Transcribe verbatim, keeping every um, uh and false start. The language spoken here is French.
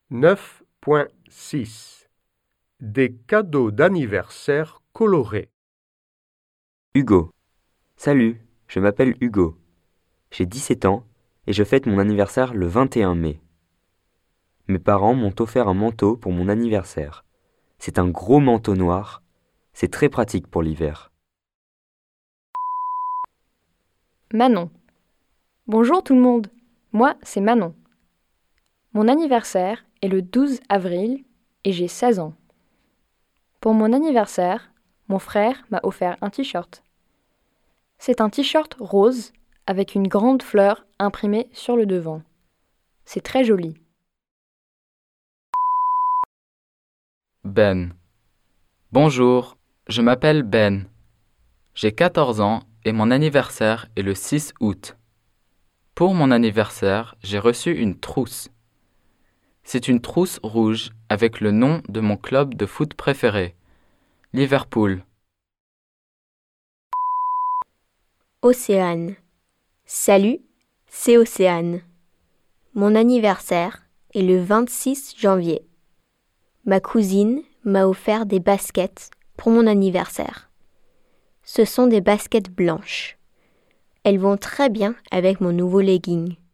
neuf point six. Des cadeaux d'anniversaire colorés. Hugo. Salut, je m'appelle Hugo. J'ai dix-sept ans et je fête mon anniversaire le vingt et un mai. Mes parents m'ont offert un manteau pour mon anniversaire. C'est un gros manteau noir. C'est très pratique pour l'hiver. Manon. Bonjour tout le monde, moi c'est Manon. Mon anniversaire est le douze avril et j'ai seize ans. Pour mon anniversaire, mon frère m'a offert un t-shirt. C'est un t-shirt rose avec une grande fleur imprimée sur le devant. C'est très joli. Ben. Bonjour, je m'appelle Ben. J'ai quatorze ans et mon anniversaire est le six août. Pour mon anniversaire, j'ai reçu une trousse. C'est une trousse rouge avec le nom de mon club de foot préféré, Liverpool. Océane. Salut, c'est Océane. Mon anniversaire est le vingt-six janvier. Ma cousine m'a offert des baskets pour mon anniversaire. Ce sont des baskets blanches. Elles vont très bien avec mon nouveau legging.